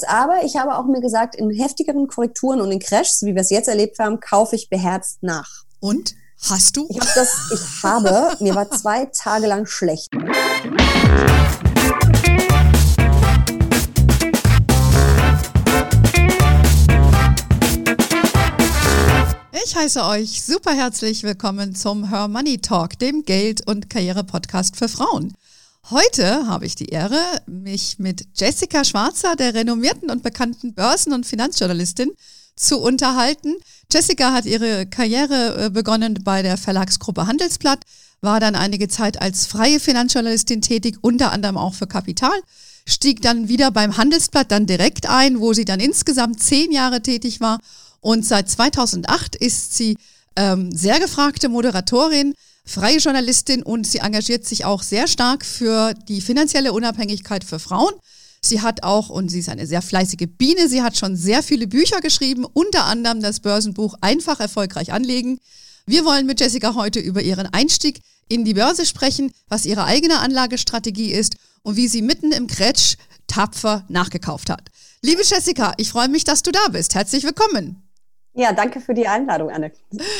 Aber ich habe auch mir gesagt, in heftigeren Korrekturen und in Crashs, wie wir es jetzt erlebt haben, kaufe ich beherzt nach. Und? Hast du? Mir war 2 Tage lang schlecht. Ich heiße euch super herzlich willkommen zum Her Money Talk, dem Geld- und Karriere-Podcast für Frauen. Heute habe ich die Ehre, mich mit Jessica Schwarzer, der renommierten und bekannten Börsen- und Finanzjournalistin, zu unterhalten. Jessica hat ihre Karriere begonnen bei der Verlagsgruppe Handelsblatt, war dann einige Zeit als freie Finanzjournalistin tätig, unter anderem auch für Kapital, stieg dann wieder beim Handelsblatt dann direkt ein, wo sie dann insgesamt 10 Jahre tätig war. Und seit 2008 ist sie sehr gefragte Moderatorin, freie Journalistin und sie engagiert sich auch sehr stark für die finanzielle Unabhängigkeit für Frauen. Sie hat auch, und sie ist eine sehr fleißige Biene, sie hat schon sehr viele Bücher geschrieben, unter anderem das Börsenbuch Einfach erfolgreich anlegen. Wir wollen mit Jessica heute über ihren Einstieg in die Börse sprechen, was ihre eigene Anlagestrategie ist und wie sie mitten im Crash tapfer nachgekauft hat. Liebe Jessica, ich freue mich, dass du da bist. Herzlich willkommen. Ja, danke für die Einladung, Anne.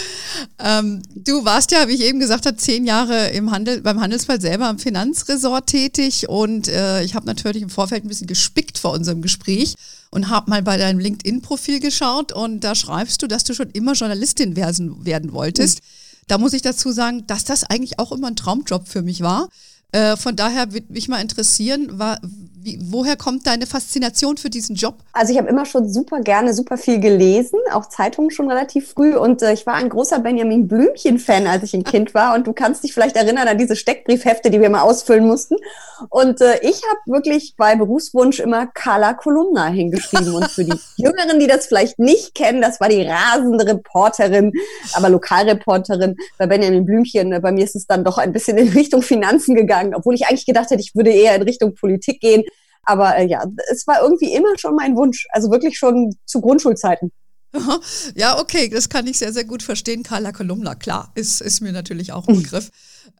Du warst ja, wie ich eben gesagt habe, 10 Jahre beim Handelsblatt selber am Finanzressort tätig und ich habe natürlich im Vorfeld ein bisschen gespickt vor unserem Gespräch und habe mal bei deinem LinkedIn-Profil geschaut und da schreibst du, dass du schon immer Journalistin werden wolltest. Da muss ich dazu sagen, dass das eigentlich auch immer ein Traumjob für mich war. Von daher würde mich mal interessieren, woher kommt deine Faszination für diesen Job? Also ich habe immer schon super gerne, super viel gelesen, auch Zeitungen schon relativ früh und ich war ein großer Benjamin Blümchen-Fan, als ich ein Kind war und du kannst dich vielleicht erinnern an diese Steckbriefhefte, die wir mal ausfüllen mussten und ich habe wirklich bei Berufswunsch immer Carla Kolumna hingeschrieben und für die Jüngeren, die das vielleicht nicht kennen, das war die rasende Reporterin, aber Lokalreporterin bei Benjamin Blümchen. Bei mir ist es dann doch ein bisschen in Richtung Finanzen gegangen, obwohl ich eigentlich gedacht hätte, ich würde eher in Richtung Politik gehen. Aber ja, es war irgendwie immer schon mein Wunsch, also wirklich schon zu Grundschulzeiten. Ja, okay, das kann ich sehr, sehr gut verstehen. Carla Kolumna, klar, ist mir natürlich auch ein Begriff.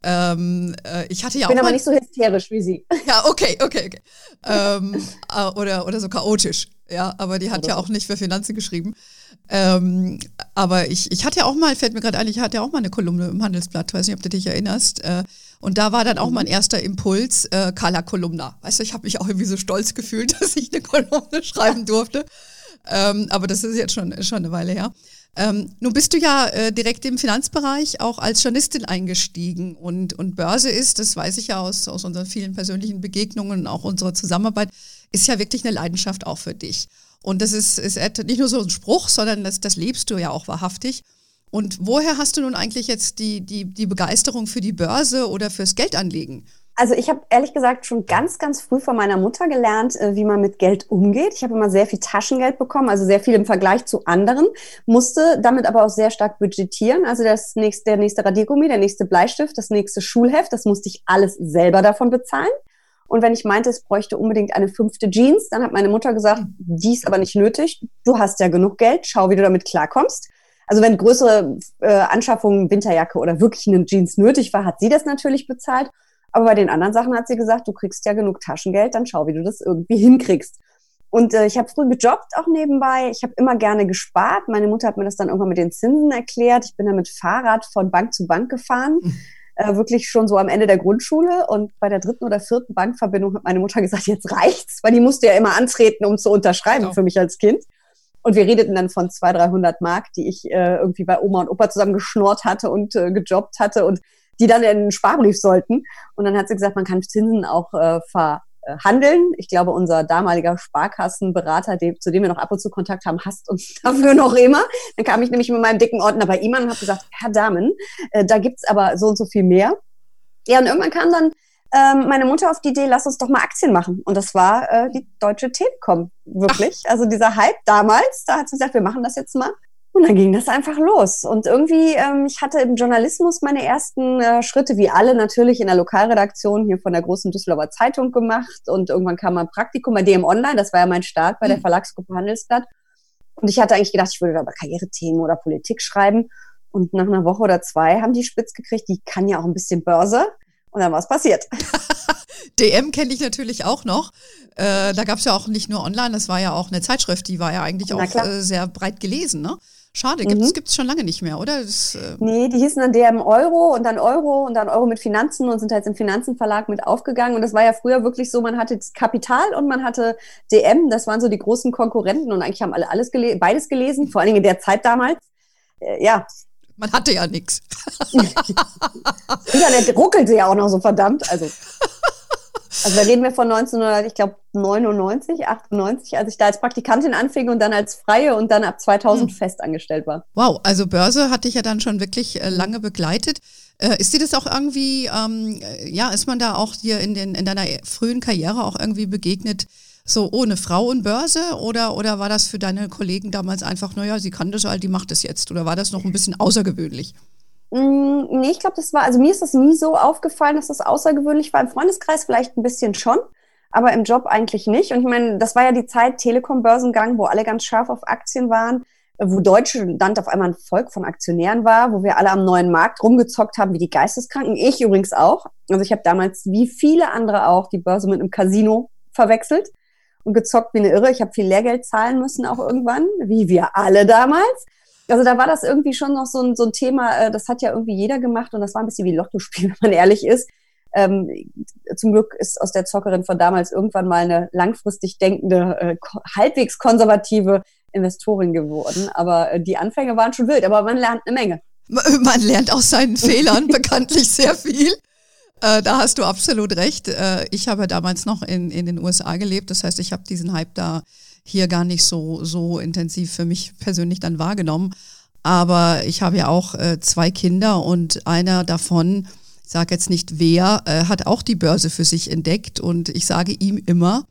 Ich bin aber nicht so hysterisch wie sie. Ja, okay. Oder so chaotisch. Ja, aber die hat ja auch nicht für Finanzen geschrieben. Aber ich hatte ja auch mal, fällt mir gerade ein, ich hatte ja auch mal eine Kolumne im Handelsblatt, weiß nicht, ob du dich erinnerst. Und da war dann auch mein erster Impuls, Carla Kolumna. Weißt du, ich habe mich auch irgendwie so stolz gefühlt, dass ich eine Kolumne schreiben durfte. Aber das ist jetzt schon eine Weile her. Nun bist du ja direkt im Finanzbereich auch als Journalistin eingestiegen und Börse ist, das weiß ich ja aus unseren vielen persönlichen Begegnungen und auch unserer Zusammenarbeit, ist ja wirklich eine Leidenschaft auch für dich. Und das ist nicht nur so ein Spruch, sondern das lebst du ja auch wahrhaftig. Und woher hast du nun eigentlich jetzt die Begeisterung für die Börse oder fürs Geldanlegen? Also ich habe ehrlich gesagt schon ganz, ganz früh von meiner Mutter gelernt, wie man mit Geld umgeht. Ich habe immer sehr viel Taschengeld bekommen, also sehr viel im Vergleich zu anderen, musste damit aber auch sehr stark budgetieren. Also der nächste Radiergummi, der nächste Bleistift, das nächste Schulheft, das musste ich alles selber davon bezahlen. Und wenn ich meinte, es bräuchte unbedingt eine 5. Jeans, dann hat meine Mutter gesagt, die ist aber nicht nötig, du hast ja genug Geld, schau, wie du damit klarkommst. Also wenn größere Anschaffungen, Winterjacke oder wirklich eine Jeans nötig war, hat sie das natürlich bezahlt. Aber bei den anderen Sachen hat sie gesagt, du kriegst ja genug Taschengeld, dann schau, wie du das irgendwie hinkriegst. Und ich habe früh gejobbt auch nebenbei. Ich habe immer gerne gespart. Meine Mutter hat mir das dann irgendwann mit den Zinsen erklärt. Ich bin dann mit Fahrrad von Bank zu Bank gefahren, wirklich schon so am Ende der Grundschule. Und bei der 3. oder 4. Bankverbindung hat meine Mutter gesagt, jetzt reicht's, weil die musste ja immer antreten, um zu unterschreiben für mich als Kind. Und wir redeten dann von 200-300 Mark, die ich irgendwie bei Oma und Opa zusammen geschnorrt hatte und gejobbt hatte und die dann in einen Sparbrief sollten. Und dann hat sie gesagt, man kann Zinsen auch verhandeln. Ich glaube, unser damaliger Sparkassenberater, zu dem wir noch ab und zu Kontakt haben, hasst uns dafür noch immer. Dann kam ich nämlich mit meinem dicken Ordner bei ihm an und habe gesagt, Herr Damen, da gibt's aber so und so viel mehr. Ja, und irgendwann kam dann meine Mutter auf die Idee, lass uns doch mal Aktien machen. Und das war die Deutsche Telekom, wirklich. Also dieser Hype damals, da hat sie gesagt, wir machen das jetzt mal. Und dann ging das einfach los. Und irgendwie, ich hatte im Journalismus meine ersten Schritte, wie alle natürlich, in der Lokalredaktion hier von der großen Düsseldorfer Zeitung gemacht. Und irgendwann kam ein Praktikum bei DM Online. Das war ja mein Start bei der Verlagsgruppe Handelsblatt. Und ich hatte eigentlich gedacht, ich würde da über Karrierethemen oder Politik schreiben. Und nach einer Woche oder 2 haben die spitz gekriegt, die kann ja auch ein bisschen Börse. Und dann war es passiert. DM kenne ich natürlich auch noch. Da gab es ja auch nicht nur online, das war ja auch eine Zeitschrift, die war ja eigentlich auch sehr breit gelesen, ne? Schade, gibt's schon lange nicht mehr, oder? Nee, die hießen dann DM Euro und dann Euro mit Finanzen und sind halt im Finanzenverlag mit aufgegangen. Und das war ja früher wirklich so, man hatte das Kapital und man hatte DM, das waren so die großen Konkurrenten und eigentlich haben alle beides gelesen, vor allen Dingen in der Zeit damals. Ja. Man hatte ja nichts. Internet ruckelte ja auch noch so verdammt, also da reden wir von 1999, 98, als ich da als Praktikantin anfing und dann als Freie und dann ab 2000 fest angestellt war. Wow, also Börse hat dich ja dann schon wirklich lange begleitet. Ist dir das auch irgendwie, ist man da auch dir in deiner frühen Karriere auch irgendwie begegnet, so ohne Frau und Börse? Oder war das für deine Kollegen damals einfach, naja, sie kann das halt, die macht das jetzt? Oder war das noch ein bisschen außergewöhnlich? Nee, ich glaube, mir ist das nie so aufgefallen, dass das außergewöhnlich war. Im Freundeskreis vielleicht ein bisschen schon, aber im Job eigentlich nicht. Und ich meine, das war ja die Zeit Telekom-Börsengang, wo alle ganz scharf auf Aktien waren, wo Deutschland auf einmal ein Volk von Aktionären war, wo wir alle am neuen Markt rumgezockt haben wie die Geisteskranken. Ich übrigens auch. Also ich habe damals, wie viele andere auch, die Börse mit einem Casino verwechselt und gezockt wie eine Irre. Ich habe viel Lehrgeld zahlen müssen auch irgendwann, wie wir alle damals. Also da war das irgendwie schon noch so ein Thema, das hat ja irgendwie jeder gemacht und das war ein bisschen wie Lottospiel, wenn man ehrlich ist. Zum Glück ist aus der Zockerin von damals irgendwann mal eine langfristig denkende, halbwegs konservative Investorin geworden. Aber die Anfänge waren schon wild, aber man lernt eine Menge. Man lernt aus seinen Fehlern bekanntlich sehr viel. Da hast du absolut recht. Ich habe damals noch in den USA gelebt, das heißt, ich habe diesen Hype da hier gar nicht so intensiv für mich persönlich dann wahrgenommen. Aber ich habe ja auch 2 Kinder und einer davon, ich sage jetzt nicht wer, hat auch die Börse für sich entdeckt und ich sage ihm immer,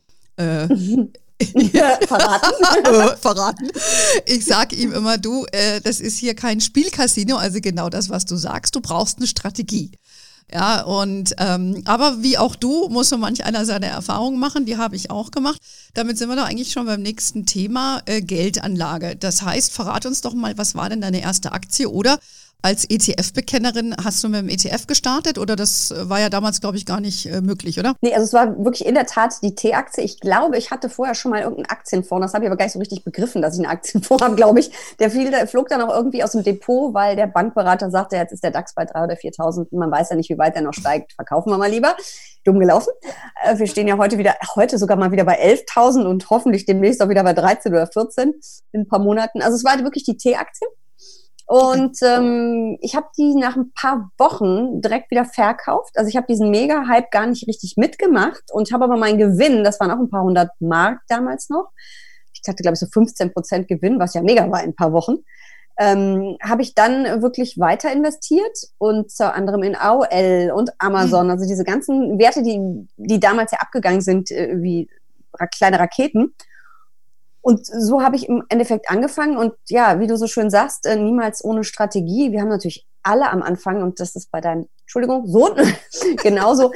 verraten. Ich sage ihm immer, du, das ist hier kein Spielcasino, also genau das, was du sagst, du brauchst eine Strategie. Ja, und aber wie auch du, muss so manch einer seine Erfahrungen machen, die habe ich auch gemacht. Damit sind wir doch eigentlich schon beim nächsten Thema, Geldanlage. Das heißt, verrat uns doch mal, was war denn deine erste Aktie? Oder als ETF-Bekennerin hast du mit dem ETF gestartet oder das war ja damals, glaube ich, gar nicht möglich, oder? Nee, also es war wirklich in der Tat die T-Aktie. Ich glaube, ich hatte vorher schon mal irgendeinen Aktienfonds. Das habe ich aber gar nicht so richtig begriffen, dass ich einen Aktienfonds habe, glaube ich. Der flog dann auch irgendwie aus dem Depot, weil der Bankberater sagte, jetzt ist der DAX bei 3.000 oder 4.000. Man weiß ja nicht, wie weit der noch steigt. Verkaufen wir mal lieber. Dumm gelaufen. Wir stehen ja heute sogar mal wieder bei 11.000 und hoffentlich demnächst auch wieder bei 13 oder 14 in ein paar Monaten. Also es war wirklich die T-Aktie. Und ich habe die nach ein paar Wochen direkt wieder verkauft. Also ich habe diesen Mega-Hype gar nicht richtig mitgemacht und habe aber meinen Gewinn, das waren auch ein paar hundert Mark damals noch, ich hatte glaube ich so 15% Gewinn, was ja mega war in ein paar Wochen, habe ich dann wirklich weiter investiert und unter anderem in AOL und Amazon, also diese ganzen Werte, die damals ja abgegangen sind, wie kleine Raketen. Und so habe ich im Endeffekt angefangen und ja, wie du so schön sagst, niemals ohne Strategie. Wir haben natürlich alle am Anfang, und das ist bei deinem, Sohn genauso,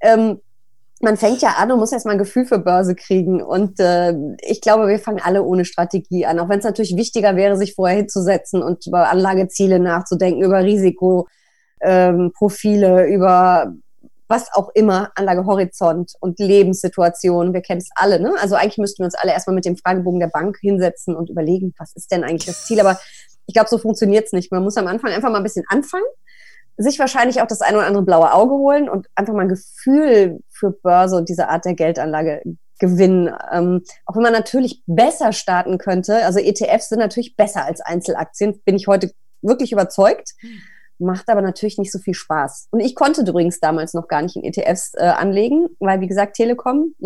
man fängt ja an und muss erst mal ein Gefühl für Börse kriegen und ich glaube, wir fangen alle ohne Strategie an, auch wenn es natürlich wichtiger wäre, sich vorher hinzusetzen und über Anlageziele nachzudenken, über Risikoprofile, über was auch immer, Anlagehorizont und Lebenssituation, wir kennen es alle, ne? Also eigentlich müssten wir uns alle erstmal mit dem Fragebogen der Bank hinsetzen und überlegen, was ist denn eigentlich das Ziel? Aber ich glaube, so funktioniert es nicht. Man muss am Anfang einfach mal ein bisschen anfangen, sich wahrscheinlich auch das ein oder andere blaue Auge holen und einfach mal ein Gefühl für Börse und diese Art der Geldanlage gewinnen. Auch wenn man natürlich besser starten könnte, also ETFs sind natürlich besser als Einzelaktien, bin ich heute wirklich überzeugt. Macht aber natürlich nicht so viel Spaß. Und ich konnte übrigens damals noch gar nicht in ETFs anlegen, weil, wie gesagt, Telekom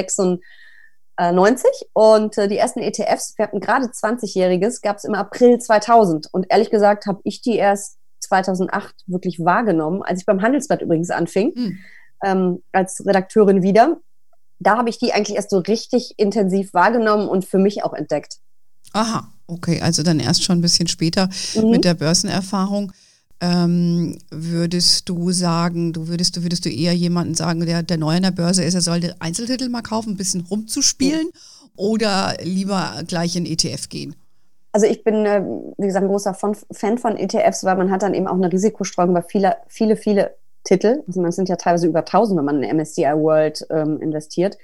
1996 und die ersten ETFs, wir hatten gerade 20-Jähriges, gab es im April 2000. Und ehrlich gesagt habe ich die erst 2008 wirklich wahrgenommen, als ich beim Handelsblatt übrigens anfing, als Redakteurin wieder. Da habe ich die eigentlich erst so richtig intensiv wahrgenommen und für mich auch entdeckt. Aha, okay, also dann erst schon ein bisschen später mit der Börsenerfahrung. Würdest du sagen, würdest du eher jemanden sagen, der neu an der Börse ist, er sollte Einzeltitel mal kaufen, ein bisschen rumzuspielen oder lieber gleich in ETF gehen? Also ich bin, wie gesagt, ein großer Fan von ETFs, weil man hat dann eben auch eine Risikostreuung, weil viele Titel, also man sind ja teilweise über 1000, wenn man in MSCI World investiert,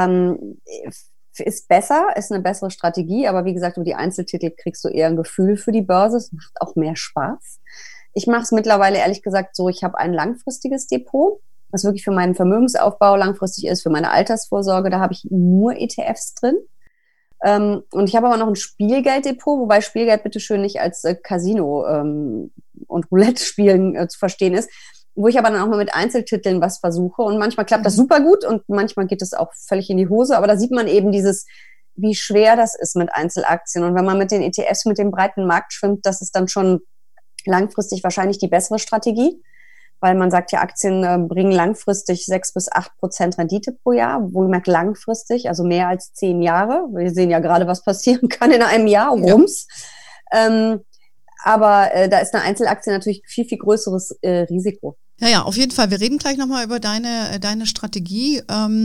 ist besser, ist eine bessere Strategie, aber wie gesagt, über die Einzeltitel kriegst du eher ein Gefühl für die Börse, es macht auch mehr Spaß. Ich mache es mittlerweile ehrlich gesagt so, ich habe ein langfristiges Depot, was wirklich für meinen Vermögensaufbau langfristig ist, für meine Altersvorsorge, da habe ich nur ETFs drin. Und ich habe aber noch ein Spielgelddepot, wobei Spielgeld bitteschön nicht als Casino und Roulette-Spielen zu verstehen ist, wo ich aber dann auch mal mit Einzeltiteln was versuche. Und manchmal klappt das super gut und manchmal geht es auch völlig in die Hose. Aber da sieht man eben wie schwer das ist mit Einzelaktien. Und wenn man mit den ETFs, mit dem breiten Markt schwimmt, das ist dann schon langfristig wahrscheinlich die bessere Strategie. Weil man sagt ja, Aktien bringen langfristig 6-8% Rendite pro Jahr. Wohlgemerkt langfristig, also mehr als 10 Jahre. Wir sehen ja gerade, was passieren kann in einem Jahr, rums. Ja. Aber da ist eine Einzelaktie natürlich viel, viel größeres Risiko. Ja, auf jeden Fall. Wir reden gleich nochmal über deine Strategie.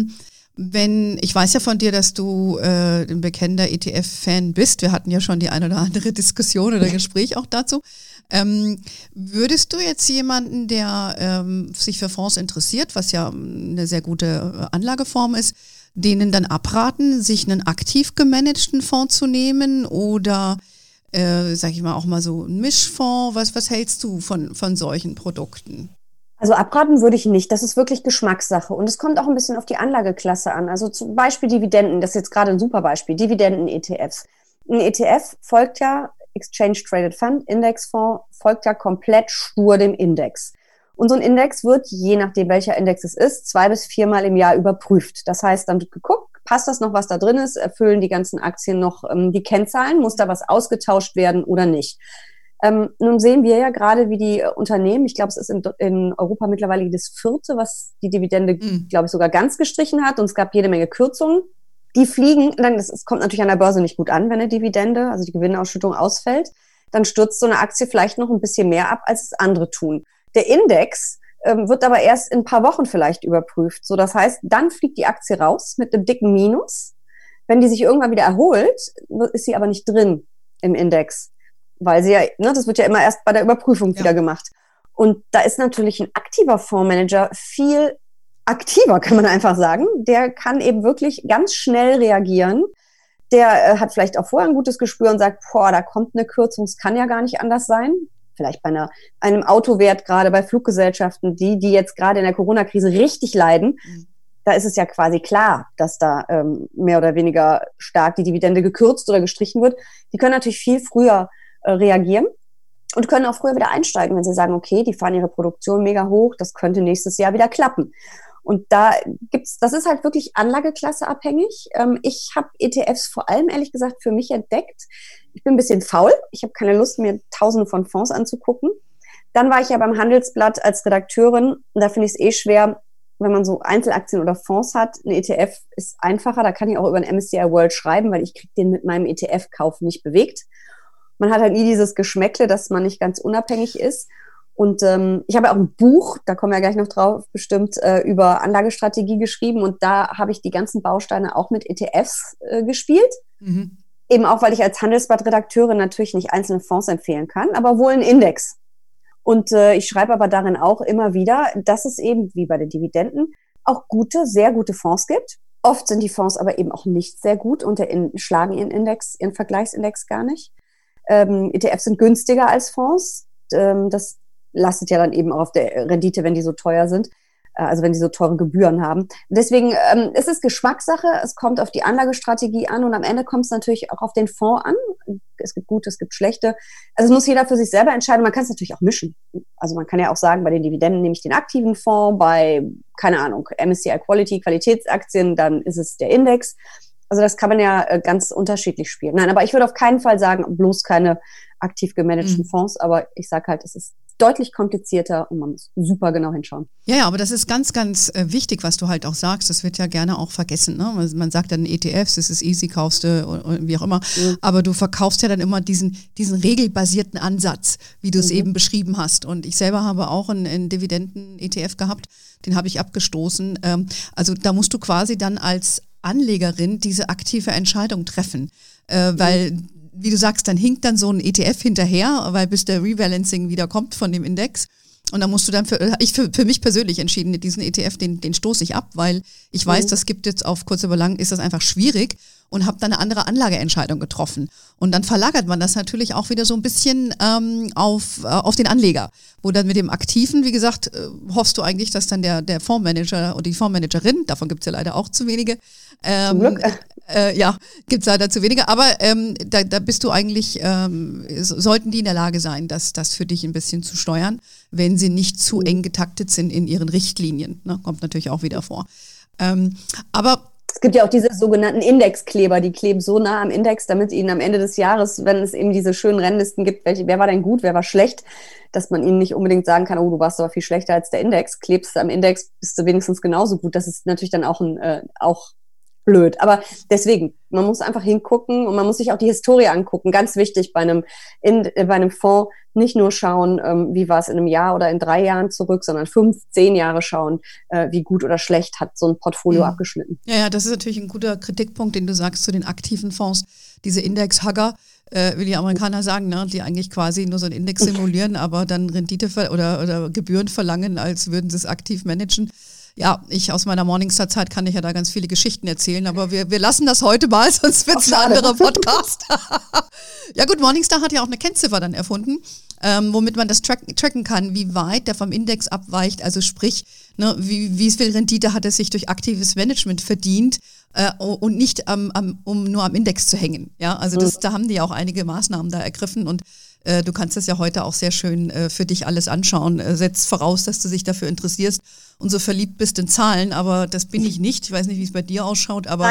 Ich weiß ja von dir, dass du ein bekennender ETF-Fan bist. Wir hatten ja schon die eine oder andere Diskussion oder Gespräch auch dazu. Würdest du jetzt jemanden, der sich für Fonds interessiert, was ja eine sehr gute Anlageform ist, denen dann abraten, sich einen aktiv gemanagten Fonds zu nehmen oder sag ich mal auch mal so ein Mischfonds? Was hältst du von solchen Produkten? Also abraten würde ich nicht. Das ist wirklich Geschmackssache. Und es kommt auch ein bisschen auf die Anlageklasse an. Also zum Beispiel Dividenden, das ist jetzt gerade ein super Beispiel. Dividenden-ETFs. Ein ETF folgt ja, Exchange Traded Fund, Indexfonds, folgt ja komplett stur dem Index. Und so ein Index wird, je nachdem welcher Index es ist, 2 bis 4 Mal im Jahr überprüft. Das heißt, dann wird geguckt, passt das noch, was da drin ist? Erfüllen die ganzen Aktien noch die Kennzahlen? Muss da was ausgetauscht werden oder nicht? Nun sehen wir ja gerade, wie die Unternehmen, ich glaube, es ist in Europa mittlerweile das 4., was die Dividende, glaube ich, sogar ganz gestrichen hat. Und es gab jede Menge Kürzungen. Die fliegen, es kommt natürlich an der Börse nicht gut an, wenn eine Dividende, also die Gewinnausschüttung ausfällt. Dann stürzt so eine Aktie vielleicht noch ein bisschen mehr ab, als es andere tun. Der Index wird aber erst in ein paar Wochen vielleicht überprüft. So, das heißt, dann fliegt die Aktie raus mit einem dicken Minus. Wenn die sich irgendwann wieder erholt, ist sie aber nicht drin im Index. Weil sie ja, das wird ja immer erst bei der Überprüfung wieder gemacht. Und da ist natürlich ein aktiver Fondsmanager viel aktiver, kann man einfach sagen. Der kann eben wirklich ganz schnell reagieren. Der hat vielleicht auch vorher ein gutes Gespür und sagt, da kommt eine Kürzung, es kann ja gar nicht anders sein. Vielleicht bei einem Autowert, gerade bei Fluggesellschaften, die jetzt gerade in der Corona-Krise richtig leiden. Da ist es ja quasi klar, dass da mehr oder weniger stark die Dividende gekürzt oder gestrichen wird. Die können natürlich viel früher reagieren und können auch früher wieder einsteigen, wenn sie sagen, okay, die fahren ihre Produktion mega hoch, das könnte nächstes Jahr wieder klappen. Und das ist halt wirklich Anlageklasse abhängig. Ich habe ETFs vor allem, ehrlich gesagt, für mich entdeckt. Ich bin ein bisschen faul. Ich habe keine Lust, mir Tausende von Fonds anzugucken. Dann war ich ja beim Handelsblatt als Redakteurin. Und da finde ich es schwer, wenn man so Einzelaktien oder Fonds hat. Ein ETF ist einfacher. Da kann ich auch über ein MSCI World schreiben, weil ich kriege den mit meinem ETF-Kauf nicht bewegt. Man hat halt nie dieses Geschmäckle, dass man nicht ganz unabhängig ist. Und ich habe auch ein Buch, da kommen wir ja gleich noch drauf, bestimmt über Anlagestrategie geschrieben. Und da habe ich die ganzen Bausteine auch mit ETFs gespielt. Mhm. Eben auch, weil ich als Handelsblatt-Redakteurin natürlich nicht einzelne Fonds empfehlen kann, aber wohl einen Index. Und ich schreibe aber darin auch immer wieder, dass es eben, wie bei den Dividenden, auch sehr gute Fonds gibt. Oft sind die Fonds aber eben auch nicht sehr gut und schlagen ihren Vergleichsindex gar nicht. ETFs sind günstiger als Fonds. Das lastet ja dann eben auch auf der Rendite, wenn die so teuer sind. Also wenn die so teure Gebühren haben. Deswegen es ist Geschmackssache, es kommt auf die Anlagestrategie an und am Ende kommt es natürlich auch auf den Fonds an. Es gibt gute, es gibt schlechte. Also es muss jeder für sich selber entscheiden. Man kann es natürlich auch mischen. Also man kann ja auch sagen, bei den Dividenden nehme ich den aktiven Fonds, bei, keine Ahnung, MSCI Quality, Qualitätsaktien, dann ist es der Index. Also das kann man ja ganz unterschiedlich spielen. Nein, aber ich würde auf keinen Fall sagen, bloß keine aktiv gemanagten Fonds. Aber ich sage halt, es ist deutlich komplizierter und man muss super genau hinschauen. Ja, aber das ist ganz, ganz wichtig, was du halt auch sagst. Das wird ja gerne auch vergessen. Ne? Man sagt dann ETFs, das ist easy, kaufst du und wie auch immer. Mhm. Aber du verkaufst ja dann immer diesen regelbasierten Ansatz, wie du es eben beschrieben hast. Und ich selber habe auch einen Dividenden-ETF gehabt, den habe ich abgestoßen. Also da musst du quasi dann als Anlegerin diese aktive Entscheidung treffen, weil wie du sagst, dann hinkt dann so ein ETF hinterher, weil bis der Rebalancing wieder kommt von dem Index Und da musst du dann für mich persönlich entschieden, diesen ETF, den stoße ich ab, weil ich weiß, das gibt jetzt auf kurz über lang, ist das einfach schwierig und habe dann eine andere Anlageentscheidung getroffen. Und dann verlagert man das natürlich auch wieder so ein bisschen auf den Anleger, wo dann mit dem Aktiven, wie gesagt, hoffst du eigentlich, dass dann der Fondsmanager oder die Fondsmanagerin, davon gibt es ja leider auch zu wenige, Zum Glück. Gibt es leider zu wenige, aber da bist du eigentlich, sollten die in der Lage sein, das für dich ein bisschen zu steuern, wenn sie nicht zu eng getaktet sind in ihren Richtlinien. Ne? Kommt natürlich auch wieder vor. Aber es gibt ja auch diese sogenannten Indexkleber, die kleben so nah am Index, damit ihnen am Ende des Jahres, wenn es eben diese schönen Rennlisten gibt, wer war denn gut, wer war schlecht, dass man ihnen nicht unbedingt sagen kann, oh, du warst aber viel schlechter als der Index. Klebst du am Index, bist du wenigstens genauso gut. Das ist natürlich dann auch blöd. Aber deswegen, man muss einfach hingucken und man muss sich auch die Historie angucken. Ganz wichtig bei einem Fonds, nicht nur schauen, wie war es in einem Jahr oder in 3 Jahren zurück, sondern 5, 10 Jahre schauen, wie gut oder schlecht hat so ein Portfolio abgeschnitten. Ja, das ist natürlich ein guter Kritikpunkt, den du sagst zu den aktiven Fonds. Diese Index-Hugger, wie die Amerikaner sagen, ne, die eigentlich quasi nur so einen Index simulieren, aber dann Rendite oder Gebühren verlangen, als würden sie es aktiv managen. Ja, ich aus meiner Morningstar-Zeit kann ich ja da ganz viele Geschichten erzählen, aber wir lassen das heute mal, sonst wird es ein anderer Podcast. Ja gut, Morningstar hat ja auch eine Kennziffer dann erfunden, womit man das tracken kann, wie weit der vom Index abweicht, also sprich, ne, wie viel Rendite hat es sich durch aktives Management verdient und nicht um nur am Index zu hängen. Ja, also da haben die ja auch einige Maßnahmen da ergriffen und du kannst das ja heute auch sehr schön für dich alles anschauen. Setzt voraus, dass du dich dafür interessierst und so verliebt bist in Zahlen, aber das bin ich nicht. Ich weiß nicht, wie es bei dir ausschaut, aber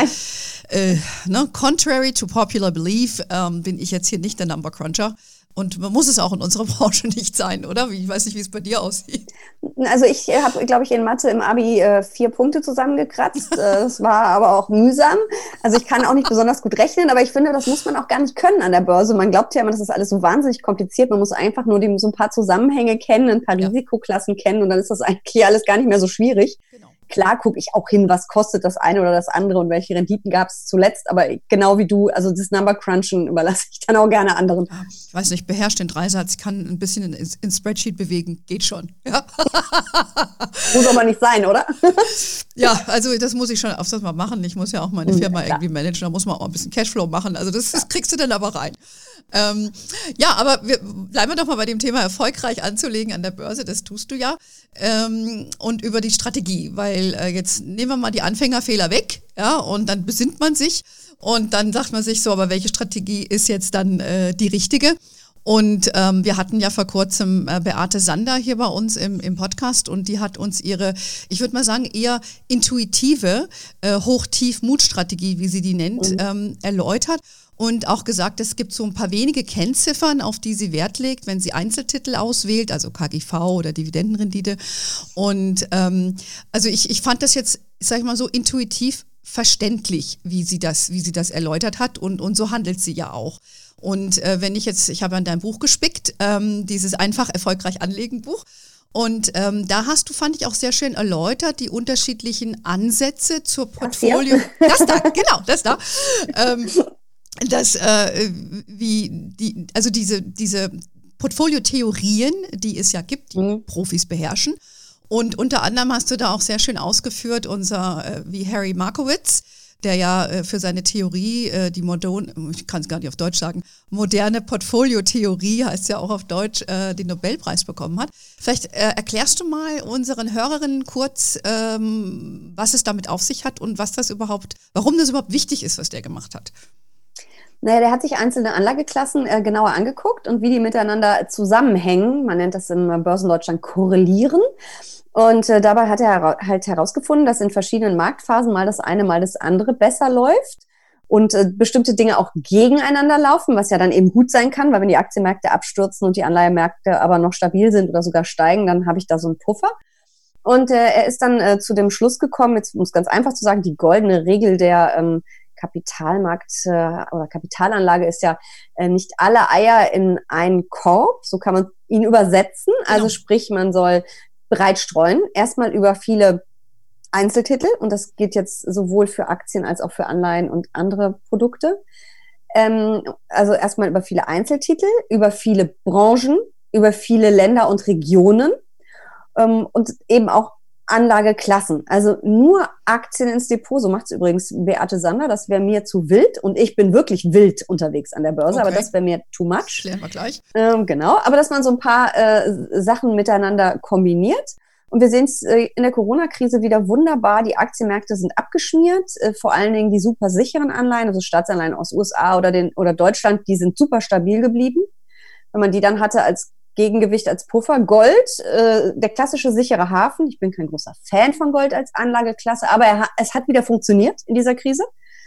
contrary to popular belief bin ich jetzt hier nicht der Number Cruncher. Und man muss es auch in unserer Branche nicht sein, oder? Ich weiß nicht, wie es bei dir aussieht. Also ich habe, glaube ich, in Mathe im Abi 4 Punkte zusammengekratzt. Das war aber auch mühsam. Also ich kann auch nicht besonders gut rechnen, aber ich finde, das muss man auch gar nicht können an der Börse. Man glaubt ja immer, das ist alles so wahnsinnig kompliziert. Man muss einfach nur so ein paar Zusammenhänge kennen, ein paar Risikoklassen kennen und dann ist das eigentlich alles gar nicht mehr so schwierig. Genau. Klar gucke ich auch hin, was kostet das eine oder das andere und welche Renditen gab es zuletzt, aber genau wie du, also das Number Crunchen überlasse ich dann auch gerne anderen. Ja, ich weiß nicht, beherrscht den Dreisatz, kann ein bisschen in Spreadsheet bewegen, geht schon. Ja. Muss aber nicht sein, oder? Ja, also das muss ich schon öfters mal machen. Ich muss ja auch meine Firma irgendwie managen, da muss man auch ein bisschen Cashflow machen, also das kriegst du dann aber rein. Ja, aber bleiben wir doch mal bei dem Thema erfolgreich anzulegen an der Börse, das tust du ja. Und über die Strategie, weil jetzt nehmen wir mal die Anfängerfehler weg, ja, und dann besinnt man sich und dann sagt man sich so, aber welche Strategie ist jetzt dann die richtige? Und wir hatten ja vor kurzem Beate Sander hier bei uns im Podcast und die hat uns ihre, ich würde mal sagen, eher intuitive Hoch-Tief-Mut-Strategie, wie sie die nennt, erläutert. Und auch gesagt, es gibt so ein paar wenige Kennziffern, auf die sie Wert legt, wenn sie Einzeltitel auswählt, also KGV oder Dividendenrendite. Und also ich fand das jetzt, sag ich mal so, intuitiv verständlich, wie sie das erläutert hat und so handelt sie ja auch. Und wenn ich habe an dein Buch gespickt, dieses Einfach erfolgreich anlegen Buch. Und da hast du, fand ich auch sehr schön erläutert, die unterschiedlichen Ansätze zur Portfolio. Das da, genau, das da. Diese Portfoliotheorien, die es ja gibt, die Profis beherrschen. Und unter anderem hast du da auch sehr schön ausgeführt, wie Harry Markowitz, der ja für seine Theorie, ich kann es gar nicht auf Deutsch sagen, moderne Portfoliotheorie, heißt ja auch auf Deutsch, den Nobelpreis bekommen hat. Vielleicht erklärst du mal unseren Hörerinnen kurz, was es damit auf sich hat und warum das überhaupt wichtig ist, was der gemacht hat. Naja, der hat sich einzelne Anlageklassen genauer angeguckt und wie die miteinander zusammenhängen. Man nennt das im Börsendeutschland korrelieren. Und dabei hat er halt herausgefunden, dass in verschiedenen Marktphasen mal das eine, mal das andere besser läuft und bestimmte Dinge auch gegeneinander laufen, was ja dann eben gut sein kann, weil wenn die Aktienmärkte abstürzen und die Anleihemärkte aber noch stabil sind oder sogar steigen, dann habe ich da so einen Puffer. Und er ist dann zu dem Schluss gekommen, jetzt um es ganz einfach zu sagen, die goldene Regel der Kapitalmarkt oder Kapitalanlage ist ja nicht alle Eier in einen Korb, so kann man ihn übersetzen. Genau. Also sprich, man soll breit streuen, erstmal über viele Einzeltitel und das geht jetzt sowohl für Aktien als auch für Anleihen und andere Produkte. Also erstmal über viele Einzeltitel, über viele Branchen, über viele Länder und Regionen und eben auch Anlageklassen. Also nur Aktien ins Depot, so macht es übrigens Beate Sander, das wäre mir zu wild und ich bin wirklich wild unterwegs an der Börse, aber das wäre mir too much. Das klären wir gleich. Genau, aber dass man so ein paar Sachen miteinander kombiniert. Und wir sehen es in der Corona-Krise wieder wunderbar. Die Aktienmärkte sind abgeschmiert, vor allen Dingen die super sicheren Anleihen, also Staatsanleihen aus USA oder Deutschland, die sind super stabil geblieben. Wenn man die dann hatte als Gegengewicht, als Puffer. Gold, der klassische sichere Hafen. Ich bin kein großer Fan von Gold als Anlageklasse, aber es hat wieder funktioniert in dieser Krise.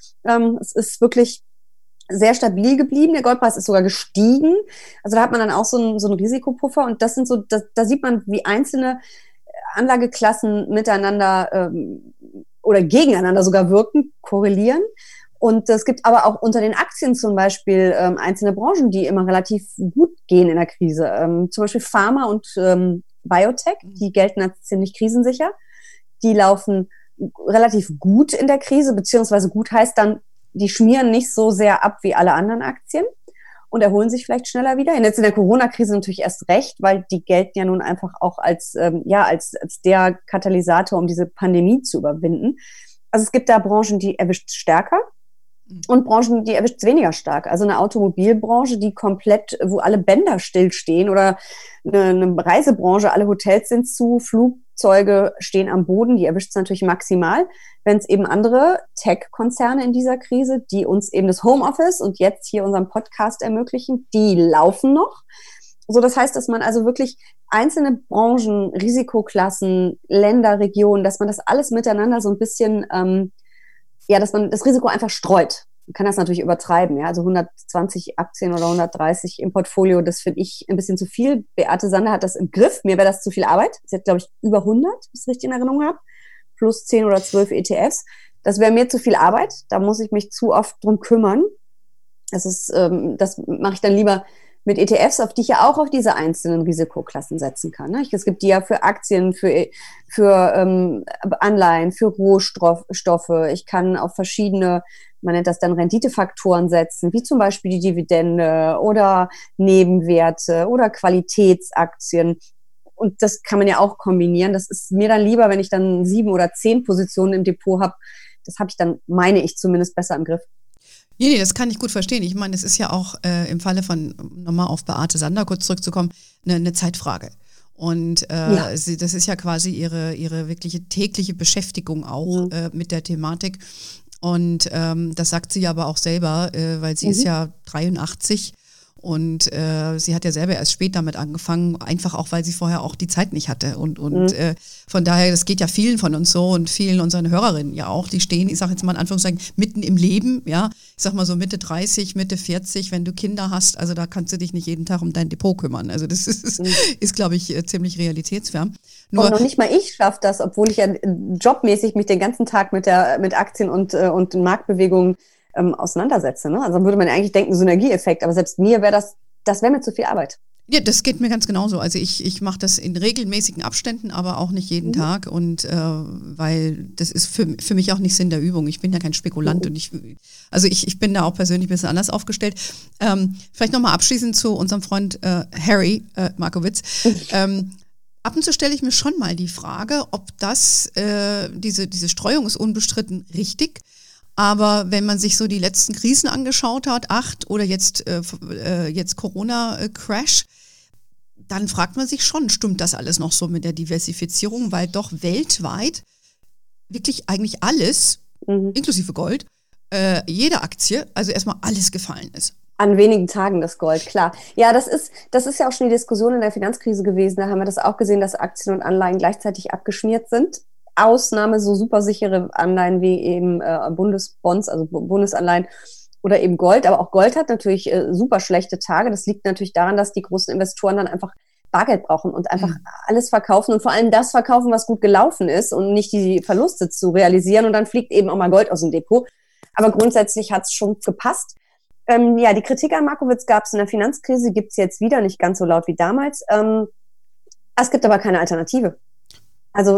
Es ist wirklich sehr stabil geblieben. Der Goldpreis ist sogar gestiegen. Also da hat man dann auch so einen Risikopuffer. Und das sind so, da sieht man, wie einzelne Anlageklassen miteinander oder gegeneinander sogar wirken, korrelieren. Und es gibt aber auch unter den Aktien zum Beispiel einzelne Branchen, die immer relativ gut gehen in der Krise. Zum Beispiel Pharma und Biotech, die gelten als ziemlich krisensicher. Die laufen relativ gut in der Krise, beziehungsweise gut heißt dann, die schmieren nicht so sehr ab wie alle anderen Aktien und erholen sich vielleicht schneller wieder. Und jetzt in der Corona-Krise natürlich erst recht, weil die gelten ja nun einfach auch als der Katalysator, um diese Pandemie zu überwinden. Also es gibt da Branchen, die erwischt stärker. Und Branchen, die erwischt es weniger stark. Also eine Automobilbranche, die komplett, wo alle Bänder stillstehen oder eine Reisebranche, alle Hotels sind zu, Flugzeuge stehen am Boden, die erwischt es natürlich maximal. Wenn es eben andere Tech-Konzerne in dieser Krise, die uns eben das Homeoffice und jetzt hier unseren Podcast ermöglichen, die laufen noch. So, das heißt, dass man also wirklich einzelne Branchen, Risikoklassen, Länder, Regionen, dass man das alles miteinander so ein bisschen dass man das Risiko einfach streut. Man kann das natürlich übertreiben, ja. Also 120 Aktien oder 130 im Portfolio, das finde ich ein bisschen zu viel. Beate Sander hat das im Griff. Mir wäre das zu viel Arbeit. Sie hat, glaube ich, über 100, wenn ich es richtig in Erinnerung habe. Plus 10 oder 12 ETFs. Das wäre mir zu viel Arbeit. Da muss ich mich zu oft drum kümmern. Das mache ich dann lieber mit ETFs, auf die ich ja auch auf diese einzelnen Risikoklassen setzen kann. Ne? Es gibt die ja für Aktien, für Anleihen, für Rohstoffe. Ich kann auf verschiedene, man nennt das dann Renditefaktoren setzen, wie zum Beispiel die Dividende oder Nebenwerte oder Qualitätsaktien. Und das kann man ja auch kombinieren. Das ist mir dann lieber, wenn ich dann 7 oder 10 Positionen im Depot habe. Das habe ich dann, meine ich, zumindest besser im Griff. Nee, das kann ich gut verstehen. Ich meine, es ist ja auch im Falle von, nochmal auf Beate Sander kurz zurückzukommen, eine Zeitfrage. Und das ist ja quasi ihre wirkliche tägliche Beschäftigung auch mit der Thematik. Und das sagt sie aber auch selber, weil sie ist ja 83 und sie hat ja selber erst spät damit angefangen, einfach auch, weil sie vorher auch die Zeit nicht hatte. Und von daher, das geht ja vielen von uns so und vielen unseren Hörerinnen ja auch, die stehen, ich sage jetzt mal in Anführungszeichen, mitten im Leben, ja, ich sag mal so Mitte 30, Mitte 40, wenn du Kinder hast, also da kannst du dich nicht jeden Tag um dein Depot kümmern. Also das ist glaube ich, ziemlich realitätsfern. Nur und noch nicht mal ich schaffe das, obwohl ich ja jobmäßig mich den ganzen Tag mit Aktien und Marktbewegungen auseinandersetze. Ne? Also dann würde man eigentlich denken, Synergieeffekt, aber selbst mir wäre das wäre mir zu viel Arbeit. Ja, das geht mir ganz genauso. Also ich mache das in regelmäßigen Abständen, aber auch nicht jeden Tag. Und weil das ist für mich auch nicht Sinn der Übung. Ich bin ja kein Spekulant und ich bin da auch persönlich ein bisschen anders aufgestellt. Vielleicht nochmal abschließend zu unserem Freund Harry Markowitz. Ab und zu stelle ich mir schon mal die Frage, ob diese Streuung ist unbestritten richtig. Aber wenn man sich so die letzten Krisen angeschaut hat, 8 oder jetzt Corona-Crash, dann fragt man sich schon, stimmt das alles noch so mit der Diversifizierung, weil doch weltweit wirklich eigentlich alles, inklusive Gold, jede Aktie, also erstmal alles gefallen ist. An wenigen Tagen das Gold, klar. Ja, das ist ja auch schon die Diskussion in der Finanzkrise gewesen. Da haben wir das auch gesehen, dass Aktien und Anleihen gleichzeitig abgeschmiert sind. Ausnahme so supersichere Anleihen wie eben Bundesbonds, also Bundesanleihen oder eben Gold. Aber auch Gold hat natürlich super schlechte Tage. Das liegt natürlich daran, dass die großen Investoren dann einfach Bargeld brauchen und einfach alles verkaufen und vor allem das verkaufen, was gut gelaufen ist und nicht die Verluste zu realisieren. Und dann fliegt eben auch mal Gold aus dem Depot. Aber grundsätzlich hat es schon gepasst. Die Kritik an Markowitz gab es in der Finanzkrise, gibt es jetzt wieder, nicht ganz so laut wie damals. Es gibt aber keine Alternative. Also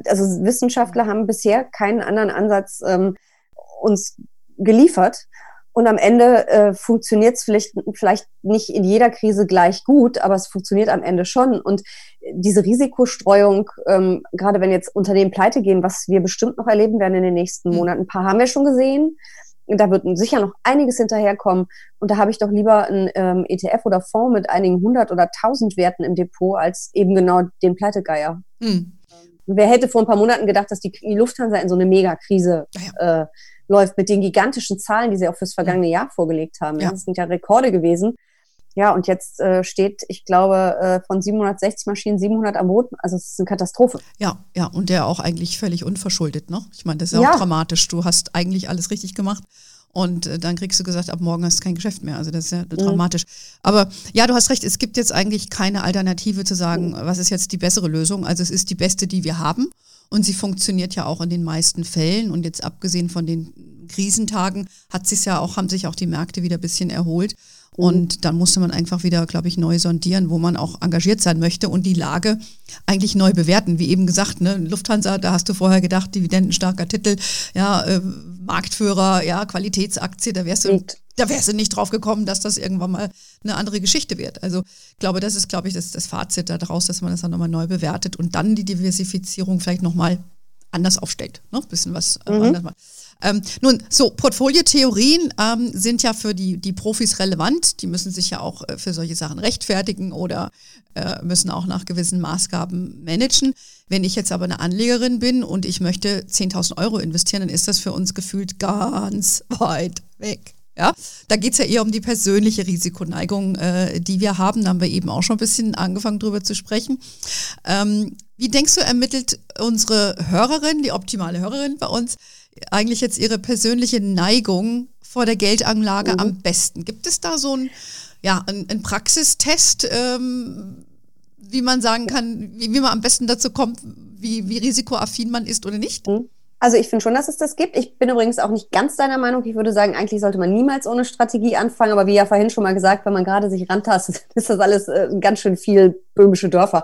Wissenschaftler haben bisher keinen anderen Ansatz uns geliefert. Und am Ende funktioniert es vielleicht nicht in jeder Krise gleich gut, aber es funktioniert am Ende schon. Und diese Risikostreuung, gerade wenn jetzt Unternehmen pleite gehen, was wir bestimmt noch erleben werden in den nächsten Monaten, ein paar haben wir schon gesehen. Da wird sicher noch einiges hinterherkommen. Und da habe ich doch lieber ein ETF oder Fonds mit einigen 100 oder 1000 Werten im Depot als eben genau den Pleitegeier. Wer hätte vor ein paar Monaten gedacht, dass die Lufthansa in so eine Megakrise läuft mit den gigantischen Zahlen, die sie auch fürs vergangene Jahr vorgelegt haben. Ja. Das sind ja Rekorde gewesen. Ja, und jetzt steht, ich glaube, von 760 Maschinen 700 am Boden. Also es ist eine Katastrophe. Ja, und der auch eigentlich völlig unverschuldet, ne? Ich meine, das ist ja auch dramatisch. Du hast eigentlich alles richtig gemacht. Und dann kriegst du gesagt, ab morgen hast du kein Geschäft mehr. Also das ist ja dramatisch. Aber ja, du hast recht, es gibt jetzt eigentlich keine Alternative zu sagen, was ist jetzt die bessere Lösung. Also es ist die beste, die wir haben. Und sie funktioniert ja auch in den meisten Fällen. Und jetzt abgesehen von den Krisentagen haben sich auch die Märkte wieder ein bisschen erholt. Und dann musste man einfach wieder, glaube ich, neu sondieren, wo man auch engagiert sein möchte und die Lage eigentlich neu bewerten. Wie eben gesagt, ne, Lufthansa, da hast du vorher gedacht, dividendenstarker Titel, Marktführer, Qualitätsaktie, da wärst du nicht drauf gekommen, dass das irgendwann mal eine andere Geschichte wird. Also ich glaube, das ist, das Fazit daraus, dass man das dann nochmal neu bewertet und dann die Diversifizierung vielleicht nochmal anders aufstellt. Noch ein bisschen was anders mal. Nun, so Portfoliotheorien sind ja für die Profis relevant. Die müssen sich ja auch für solche Sachen rechtfertigen oder müssen auch nach gewissen Maßgaben managen. Wenn ich jetzt aber eine Anlegerin bin und ich möchte 10.000 Euro investieren, dann ist das für uns gefühlt ganz weit weg. Ja, da geht es ja eher um die persönliche Risikoneigung, die wir haben. Da haben wir eben auch schon ein bisschen angefangen, drüber zu sprechen. Wie denkst du, ermittelt unsere Hörerin, die optimale Hörerin bei uns, eigentlich jetzt ihre persönliche Neigung vor der Geldanlage am besten? Gibt es da so einen Praxistest, wie man sagen kann, wie man am besten dazu kommt, wie risikoaffin man ist oder nicht? Also ich finde schon, dass es das gibt. Ich bin übrigens auch nicht ganz deiner Meinung. Ich würde sagen, eigentlich sollte man niemals ohne Strategie anfangen. Aber wie ja vorhin schon mal gesagt, wenn man gerade sich rantastet, ist das alles ganz schön viel böhmische Dörfer.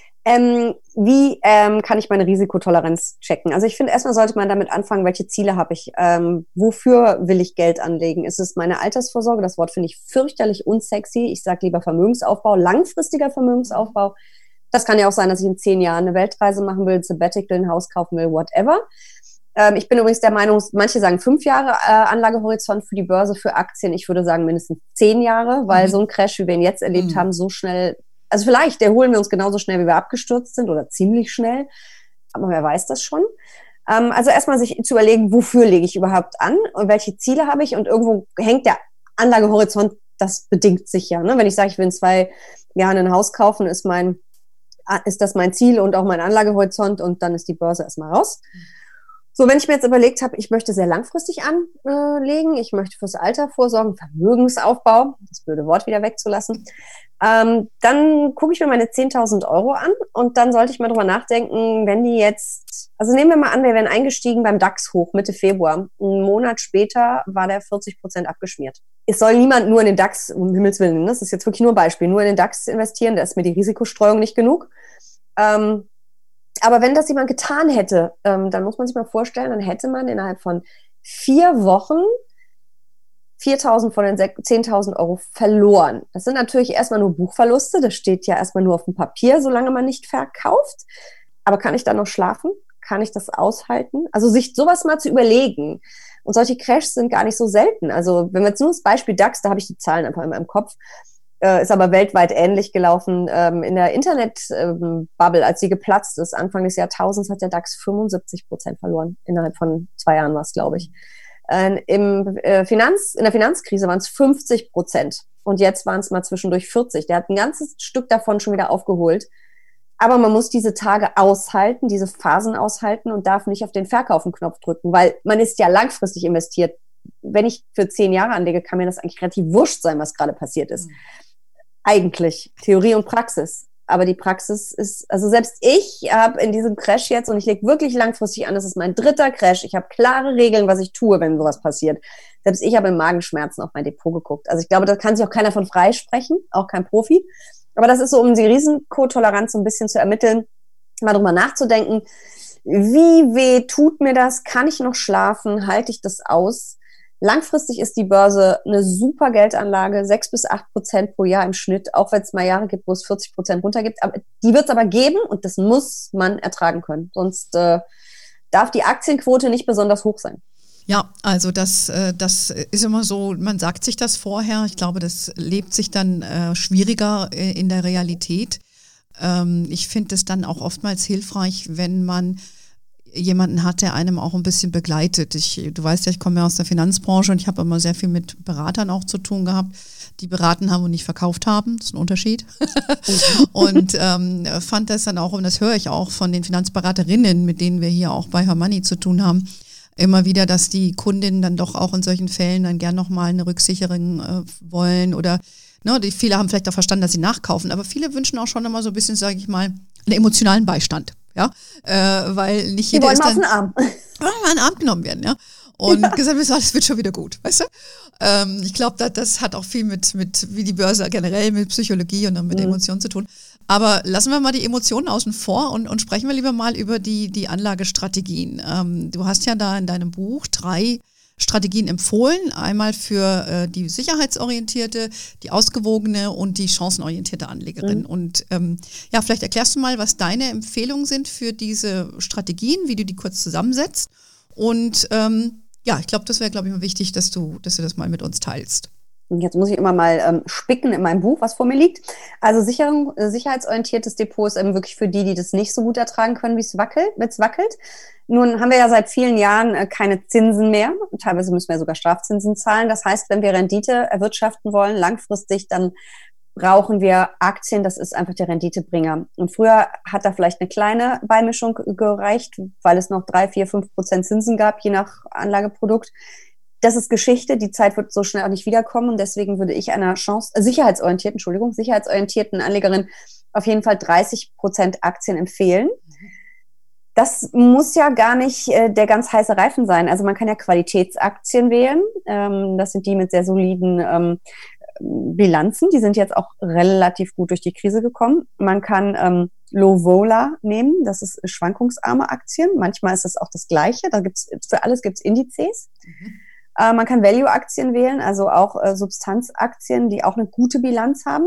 Wie kann ich meine Risikotoleranz checken? Also ich finde, erstmal sollte man damit anfangen, welche Ziele habe ich? Wofür will ich Geld anlegen? Ist es meine Altersvorsorge? Das Wort finde ich fürchterlich unsexy. Ich sage lieber Vermögensaufbau, langfristiger Vermögensaufbau. Das kann ja auch sein, dass ich in 10 Jahren eine Weltreise machen will, ein Sabbatical, ein Haus kaufen will, whatever. Ich bin übrigens der Meinung, manche sagen 5 Jahre Anlagehorizont für die Börse, für Aktien. Ich würde sagen mindestens 10 Jahre, weil so ein Crash, wie wir ihn jetzt erlebt haben, so schnell, also vielleicht erholen wir uns genauso schnell, wie wir abgestürzt sind oder ziemlich schnell, aber wer weiß das schon. Also erstmal sich zu überlegen, wofür lege ich überhaupt an und welche Ziele habe ich, und irgendwo hängt der Anlagehorizont, das bedingt sich ja. Ne? Wenn ich sage, ich will in 2 Jahren ein Haus kaufen, ist das mein Ziel und auch mein Anlagehorizont, und dann ist die Börse erstmal raus. So, wenn ich mir jetzt überlegt habe, ich möchte sehr langfristig anlegen, ich möchte fürs Alter vorsorgen, Vermögensaufbau, das blöde Wort wieder wegzulassen, dann gucke ich mir meine 10.000 Euro an, und dann sollte ich mal drüber nachdenken, wenn die jetzt, also nehmen wir mal an, wir wären eingestiegen beim DAX hoch Mitte Februar. Einen Monat später war der 40% abgeschmiert. Es soll niemand nur in den DAX, um Himmels Willen, das ist jetzt wirklich nur ein Beispiel, nur in den DAX investieren, da ist mir die Risikostreuung nicht genug. Aber wenn das jemand getan hätte, dann muss man sich mal vorstellen, dann hätte man innerhalb von 4 Wochen 4.000 von den 10.000 Euro verloren. Das sind natürlich erstmal nur Buchverluste, das steht ja erstmal nur auf dem Papier, solange man nicht verkauft. Aber kann ich dann noch schlafen? Kann ich das aushalten? Also sich sowas mal zu überlegen. Und solche Crashs sind gar nicht so selten. Also wenn wir jetzt nur das Beispiel DAX, da habe ich die Zahlen einfach in meinem Kopf, ist aber weltweit ähnlich gelaufen. In der Internet-Bubble, als sie geplatzt ist, Anfang des Jahrtausends, hat der DAX 75% verloren. Innerhalb von 2 Jahren war es, glaube ich. In der Finanzkrise waren es 50%. Und jetzt waren es mal zwischendurch 40%. Der hat ein ganzes Stück davon schon wieder aufgeholt. Aber man muss diese Tage aushalten, diese Phasen aushalten und darf nicht auf den Verkaufen-Knopf drücken, weil man ist ja langfristig investiert. Wenn ich für 10 Jahre anlege, kann mir das eigentlich relativ wurscht sein, was gerade passiert ist. Eigentlich Theorie und Praxis. Aber die Praxis ist, also selbst ich habe in diesem Crash jetzt, und ich lege wirklich langfristig an, das ist mein 3. Crash, ich habe klare Regeln, was ich tue, wenn sowas passiert. Selbst ich habe in Magenschmerzen auf mein Depot geguckt. Also ich glaube, da kann sich auch keiner von freisprechen, auch kein Profi. Aber das ist so, um die Risikotoleranz so ein bisschen zu ermitteln, mal drüber nachzudenken, wie weh tut mir das? Kann ich noch schlafen? Halte ich das aus? Langfristig ist die Börse eine super Geldanlage, 6-8% pro Jahr im Schnitt, auch wenn es mal Jahre gibt, wo es 40% runter gibt. Aber die wird es aber geben und das muss man ertragen können. Sonst darf die Aktienquote nicht besonders hoch sein. Ja, also das ist immer so, man sagt sich das vorher. Ich glaube, das lebt sich dann schwieriger in der Realität. Ich finde es dann auch oftmals hilfreich, wenn man jemanden hat, der einem auch ein bisschen begleitet. Du weißt ja, ich komme ja aus der Finanzbranche und ich habe immer sehr viel mit Beratern auch zu tun gehabt, die beraten haben und nicht verkauft haben. Das ist ein Unterschied. Und fand das dann auch, und das höre ich auch von den Finanzberaterinnen, mit denen wir hier auch bei Her Money zu tun haben, immer wieder, dass die Kundinnen dann doch auch in solchen Fällen dann gern nochmal eine Rücksicherung wollen oder viele haben vielleicht auch verstanden, dass sie nachkaufen, aber viele wünschen auch schon immer so ein bisschen, sage ich mal, einen emotionalen Beistand. Ja, weil nicht jeder ist dann... Die wollen mal auf den Arm genommen werden, ja. Und gesagt wird, das wird schon wieder gut, weißt du? Ich glaube, das hat auch viel mit, wie die Börse generell, mit Psychologie und dann mit Emotionen zu tun. Aber lassen wir mal die Emotionen außen vor und sprechen wir lieber mal über die Anlagestrategien. Du hast ja da in deinem Buch 3 Strategien empfohlen, einmal für die sicherheitsorientierte, die ausgewogene und die chancenorientierte Anlegerin. Und vielleicht erklärst du mal, was deine Empfehlungen sind für diese Strategien, wie du die kurz zusammensetzt. Und ich glaube, das wäre, mal wichtig, dass du das mal mit uns teilst. Jetzt muss ich immer mal spicken in meinem Buch, was vor mir liegt. Also sicherheitsorientiertes Depot ist eben wirklich für die das nicht so gut ertragen können, wenn es wackelt. Nun haben wir ja seit vielen Jahren keine Zinsen mehr. Teilweise müssen wir sogar Strafzinsen zahlen. Das heißt, wenn wir Rendite erwirtschaften wollen, langfristig, dann brauchen wir Aktien. Das ist einfach der Renditebringer. Und früher hat da vielleicht eine kleine Beimischung gereicht, weil es noch 3, 4, 5% Zinsen gab, je nach Anlageprodukt. Das ist Geschichte, die Zeit wird so schnell auch nicht wiederkommen und deswegen würde ich einer sicherheitsorientierten Anlegerin auf jeden Fall 30% Aktien empfehlen. Das muss ja gar nicht der ganz heiße Reifen sein. Also man kann ja Qualitätsaktien wählen. Das sind die mit sehr soliden Bilanzen. Die sind jetzt auch relativ gut durch die Krise gekommen. Man kann Low Vola nehmen. Das ist schwankungsarme Aktien. Manchmal ist das auch das Gleiche. Für alles gibt's Indizes. Man kann Value-Aktien wählen, also auch Substanzaktien, die auch eine gute Bilanz haben.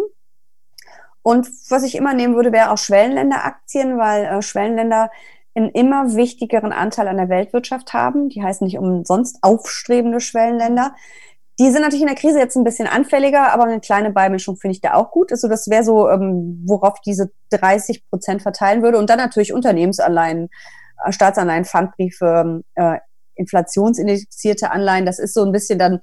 Und was ich immer nehmen würde, wäre auch Schwellenländeraktien, weil Schwellenländer einen immer wichtigeren Anteil an der Weltwirtschaft haben. Die heißen nicht umsonst aufstrebende Schwellenländer. Die sind natürlich in der Krise jetzt ein bisschen anfälliger, aber eine kleine Beimischung finde ich da auch gut. Also das wäre so, worauf diese 30% verteilen würde. Und dann natürlich Unternehmensanleihen, Staatsanleihen, Pfandbriefe, inflationsindizierte Anleihen, das ist so ein bisschen dann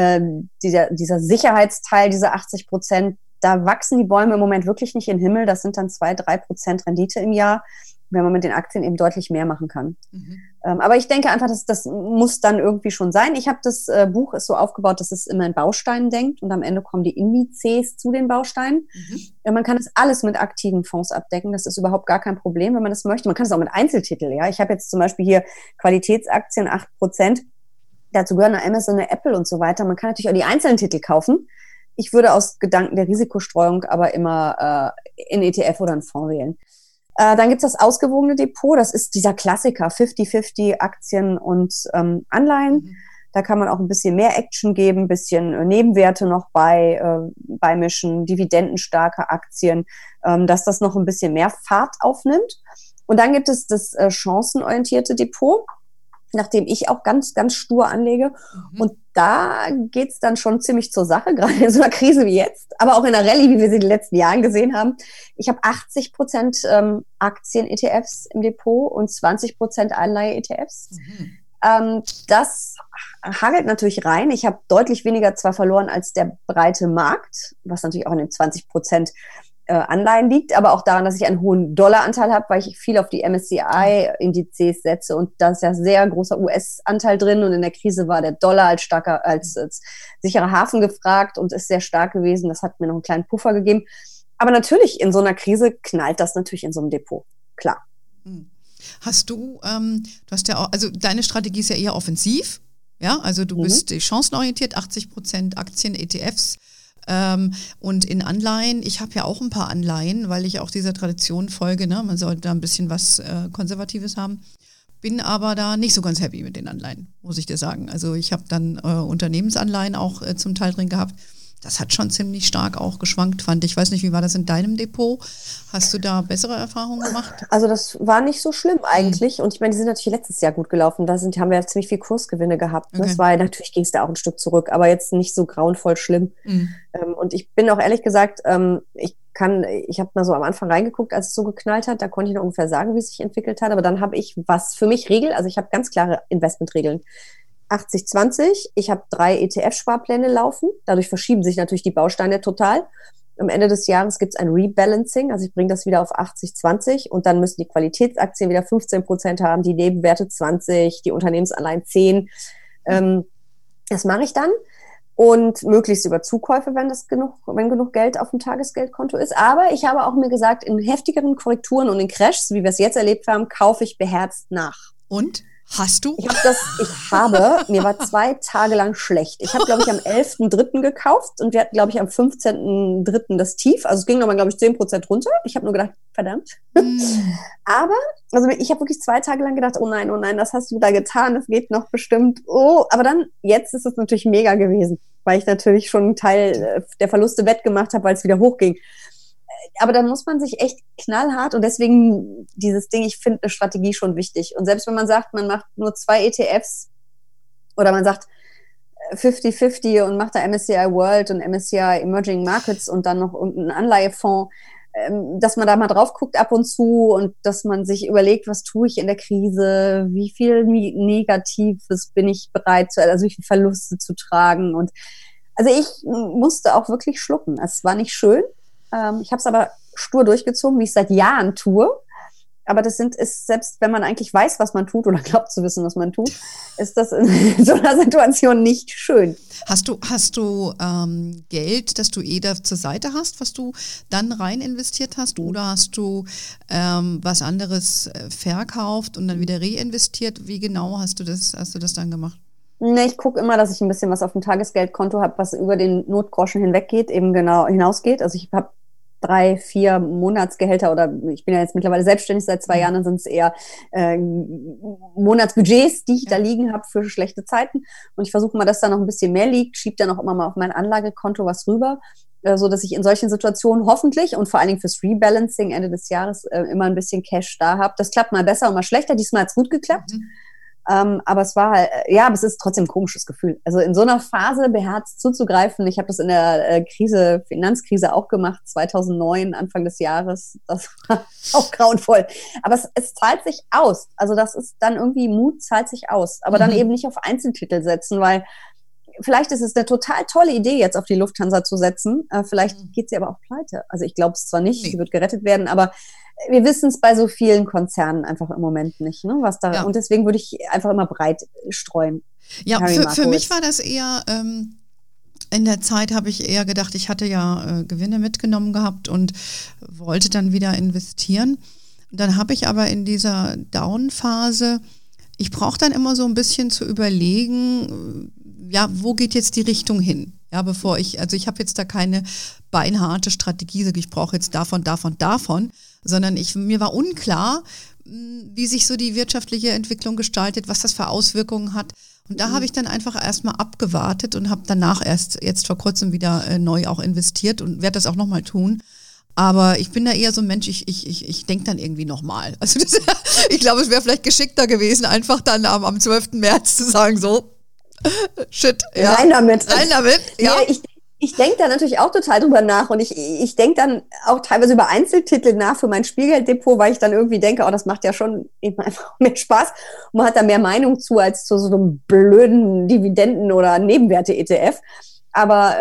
dieser Sicherheitsteil, diese 80%, da wachsen die Bäume im Moment wirklich nicht in den Himmel, das sind dann 2-3% Rendite im Jahr, wenn man mit den Aktien eben deutlich mehr machen kann. Aber ich denke einfach, das muss dann irgendwie schon sein. Ich habe das Buch ist so aufgebaut, dass es immer in Bausteinen denkt und am Ende kommen die Indizes zu den Bausteinen. Man kann das alles mit aktiven Fonds abdecken, das ist überhaupt gar kein Problem, wenn man das möchte. Man kann es auch mit Einzeltiteln, ja. Ich habe jetzt zum Beispiel hier Qualitätsaktien 8%, dazu gehören eine Amazon, eine Apple und so weiter. Man kann natürlich auch die einzelnen Titel kaufen. Ich würde aus Gedanken der Risikostreuung aber immer in ETF oder einen Fonds wählen. Dann gibt's das ausgewogene Depot, das ist dieser Klassiker, 50-50 Aktien und Anleihen. Da kann man auch ein bisschen mehr Action geben, ein bisschen Nebenwerte noch beimischen, dividendenstarke Aktien, dass das noch ein bisschen mehr Fahrt aufnimmt. Und dann gibt es das chancenorientierte Depot, nachdem ich auch ganz, ganz stur anlege. Und da geht's dann schon ziemlich zur Sache, gerade in so einer Krise wie jetzt, aber auch in der Rallye, wie wir sie in den letzten Jahren gesehen haben. Ich habe 80% Aktien-ETFs im Depot und 20% Anleihe-ETFs. Das hagelt natürlich rein. Ich habe deutlich weniger zwar verloren als der breite Markt, was natürlich auch an den 20% Anleihen liegt, aber auch daran, dass ich einen hohen Dollaranteil habe, weil ich viel auf die MSCI-Indizes setze und da ist ja sehr großer US-Anteil drin und in der Krise war der Dollar als sicherer Hafen gefragt und ist sehr stark gewesen. Das hat mir noch einen kleinen Puffer gegeben. Aber natürlich, in so einer Krise knallt das natürlich in so einem Depot, klar. Hast du hast ja auch, also deine Strategie ist ja eher offensiv, ja, also du bist chancenorientiert, 80% Aktien, ETFs, und in Anleihen, ich habe ja auch ein paar Anleihen, weil ich auch dieser Tradition folge, ne? Man sollte da ein bisschen was Konservatives haben. bin aber da nicht so ganz happy mit den Anleihen, muss ich dir sagen. Also ich habe dann Unternehmensanleihen auch zum Teil drin gehabt. Das hat schon ziemlich stark auch geschwankt, fand ich. Ich weiß nicht, wie war das in deinem Depot? Hast du da bessere Erfahrungen gemacht? Also das war nicht so schlimm eigentlich. Und ich meine, die sind natürlich letztes Jahr gut gelaufen. Haben wir ja ziemlich viel Kursgewinne gehabt. Ne? Okay. Natürlich ging es da auch ein Stück zurück, aber jetzt nicht so grauenvoll schlimm. Und ich bin auch ehrlich gesagt, ich habe mal so am Anfang reingeguckt, als es so geknallt hat. Da konnte ich noch ungefähr sagen, wie es sich entwickelt hat. Aber dann habe ich was für mich also ich habe ganz klare Investmentregeln. 80-20, ich habe 3 ETF-Sparpläne laufen. Dadurch verschieben sich natürlich die Bausteine total. Am Ende des Jahres gibt es ein Rebalancing, also ich bringe das wieder auf 80-20 und dann müssen die Qualitätsaktien wieder 15% haben, die Nebenwerte 20, die Unternehmensanleihen 10. Das mache ich dann und möglichst über Zukäufe, wenn genug Geld auf dem Tagesgeldkonto ist. Aber ich habe auch mir gesagt, in heftigeren Korrekturen und in Crashs, wie wir es jetzt erlebt haben, kaufe ich beherzt nach. Und? Hast du? Mir war 2 Tage lang schlecht. Ich habe, glaube ich, am 11.3. gekauft und wir hatten, glaube ich, am 15.3. das Tief. Also es ging nochmal, glaube ich, 10% runter. Ich habe nur gedacht, verdammt. Aber, also ich habe wirklich 2 Tage lang gedacht, oh nein, das hast du da getan, das geht noch bestimmt. Oh, aber dann, jetzt ist es natürlich mega gewesen, weil ich natürlich schon einen Teil der Verluste wettgemacht habe, weil es wieder hochging. Aber dann muss man sich echt knallhart und deswegen dieses Ding, ich finde eine Strategie schon wichtig. Und selbst wenn man sagt, man macht nur 2 ETFs oder man sagt 50-50 und macht da MSCI World und MSCI Emerging Markets und dann noch irgendeinen Anleihefonds, dass man da mal drauf guckt ab und zu und dass man sich überlegt, was tue ich in der Krise, wie viel Negatives bin ich bereit also wie viel Verluste zu tragen. Und also ich musste auch wirklich schlucken. Es war nicht schön. Ich habe es aber stur durchgezogen, wie ich es seit Jahren tue. Aber ist selbst wenn man eigentlich weiß, was man tut oder glaubt zu wissen, was man tut, ist das in so einer Situation nicht schön. Hast du Geld, das du da zur Seite hast, was du dann rein investiert hast? Oder hast du was anderes verkauft und dann wieder reinvestiert? Wie genau hast du das dann gemacht? Ne, ich gucke immer, dass ich ein bisschen was auf dem Tagesgeldkonto habe, was über den Notgroschen hinweggeht, eben genau hinausgeht. Also ich habe 3-4 Monatsgehälter oder ich bin ja jetzt mittlerweile selbstständig seit 2 Jahren, dann sind es eher Monatsbudgets, die ich da liegen habe für schlechte Zeiten. Und ich versuche mal, dass da noch ein bisschen mehr liegt, schiebe dann auch immer mal auf mein Anlagekonto was rüber, so dass ich in solchen Situationen hoffentlich und vor allen Dingen fürs Rebalancing Ende des Jahres immer ein bisschen Cash da habe. Das klappt mal besser und mal schlechter. Diesmal hat es gut geklappt. Aber es war halt, aber es ist trotzdem ein komisches Gefühl. Also in so einer Phase beherzt zuzugreifen, ich habe das in der Finanzkrise auch gemacht, 2009, Anfang des Jahres, das war auch grauenvoll. Aber es zahlt sich aus. Also das ist dann irgendwie, Mut zahlt sich aus. Aber dann eben nicht auf Einzeltitel setzen, weil vielleicht ist es eine total tolle Idee, jetzt auf die Lufthansa zu setzen. Vielleicht geht sie aber auch pleite. Also ich glaube es zwar nicht, sie wird gerettet werden, aber wir wissen es bei so vielen Konzernen einfach im Moment nicht, ne, was da. Ja. Und deswegen würde ich einfach immer breit streuen. Ja, für mich war das eher, in der Zeit habe ich eher gedacht, ich hatte ja Gewinne mitgenommen gehabt und wollte dann wieder investieren. Dann habe ich aber in dieser Down-Phase, ich brauche dann immer so ein bisschen zu überlegen, ja, wo geht jetzt die Richtung hin? Ja, ich habe jetzt da keine beinharte Strategie, sage ich brauche jetzt davon, sondern mir war unklar, wie sich so die wirtschaftliche Entwicklung gestaltet, was das für Auswirkungen hat. Und da habe ich dann einfach erstmal abgewartet und habe danach jetzt vor kurzem wieder neu auch investiert und werde das auch nochmal tun. Aber ich bin da eher so ein Mensch, ich denke dann irgendwie nochmal. Also ich glaube, es wäre vielleicht geschickter gewesen, einfach dann am 12. März zu sagen, so, shit. Ja. Rein damit. Ja. Ich denke da natürlich auch total drüber nach und ich denke dann auch teilweise über Einzeltitel nach für mein Spielgelddepot, weil ich dann irgendwie denke, das macht ja schon eben einfach mehr Spaß und man hat da mehr Meinung zu als zu so einem blöden Dividenden- oder Nebenwerte-ETF. Aber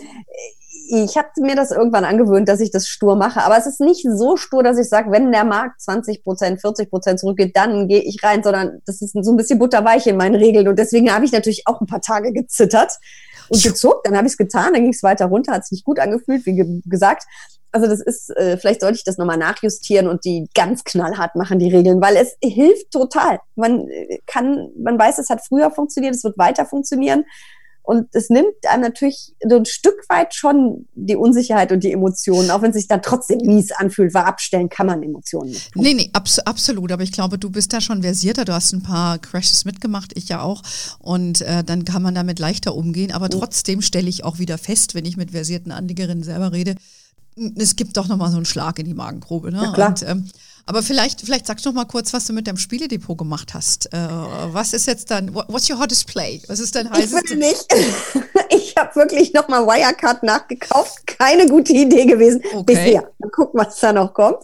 ich habe mir das irgendwann angewöhnt, dass ich das stur mache. Aber es ist nicht so stur, dass ich sage, wenn der Markt 20%, 40% zurückgeht, dann gehe ich rein, sondern das ist so ein bisschen butterweich in meinen Regeln. Und deswegen habe ich natürlich auch ein paar Tage gezittert und gezuckt. Dann habe ich es getan, dann ging es weiter runter, hat sich nicht gut angefühlt, wie gesagt. Also das ist, vielleicht sollte ich das nochmal nachjustieren und die ganz knallhart machen, die Regeln, weil es hilft total. Man weiß, es hat früher funktioniert, es wird weiter funktionieren. Und es nimmt einem natürlich so ein Stück weit schon die Unsicherheit und die Emotionen, auch wenn es sich dann trotzdem mies anfühlt, weil abstellen kann man Emotionen nicht. Nee, absolut. Aber ich glaube, du bist da schon versierter. Du hast ein paar Crashes mitgemacht, ich ja auch. Und dann kann man damit leichter umgehen. Aber trotzdem stelle ich auch wieder fest, wenn ich mit versierten Anlegerinnen selber rede, es gibt doch nochmal so einen Schlag in die Magengrube. Ne? Ja, klar. Und, aber vielleicht sagst du noch mal kurz, was du mit deinem Spieledepot gemacht hast. Was ist jetzt dann, what's your hottest play? Was ist dein heißes? Ich will nicht. Ich habe wirklich nochmal Wirecard nachgekauft. Keine gute Idee gewesen bisher. Mal gucken, was da noch kommt.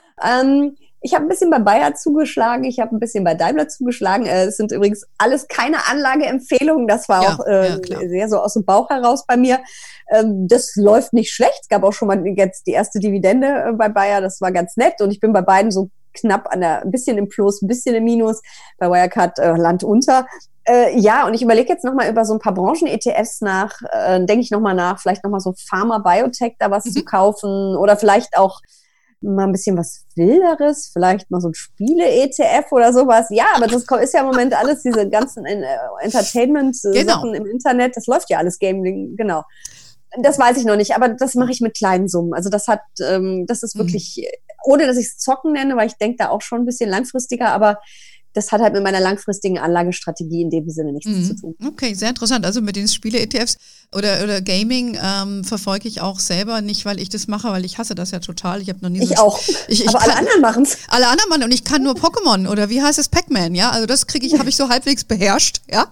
Ich habe ein bisschen bei Bayer zugeschlagen, ich habe ein bisschen bei Daimler zugeschlagen. Es sind übrigens alles keine Anlageempfehlungen. Das war auch sehr so aus dem Bauch heraus bei mir. Das läuft nicht schlecht. Es gab auch schon mal jetzt die erste Dividende bei Bayer. Das war ganz nett. Und ich bin bei beiden so knapp ein bisschen im Plus, ein bisschen im Minus. Bei Wirecard Land unter. Und ich überlege jetzt nochmal über so ein paar Branchen-ETFs nach. Denke ich nochmal nach. Vielleicht nochmal so Pharma, Biotech da was zu kaufen. Oder vielleicht auch mal ein bisschen was Wilderes, vielleicht mal so ein Spiele-ETF oder sowas. Ja, aber das ist ja im Moment alles, diese ganzen Entertainment-Sachen im Internet, das läuft ja alles Gaming, genau. Das weiß ich noch nicht, aber das mache ich mit kleinen Summen. Also das ist wirklich, ohne dass ich es zocken nenne, weil ich denke da auch schon ein bisschen langfristiger, aber das hat halt mit meiner langfristigen Anlagestrategie in dem Sinne nichts zu tun. Okay, sehr interessant. Also mit den Spiele-ETFs oder Gaming verfolge ich auch selber nicht, weil ich das mache, weil ich hasse das ja total. Ich habe noch nie so. Ich auch. Aber alle anderen machen es. Alle anderen machen und ich kann nur Pokémon oder wie heißt es, Pac-Man, ja? Also das habe ich so halbwegs beherrscht, ja?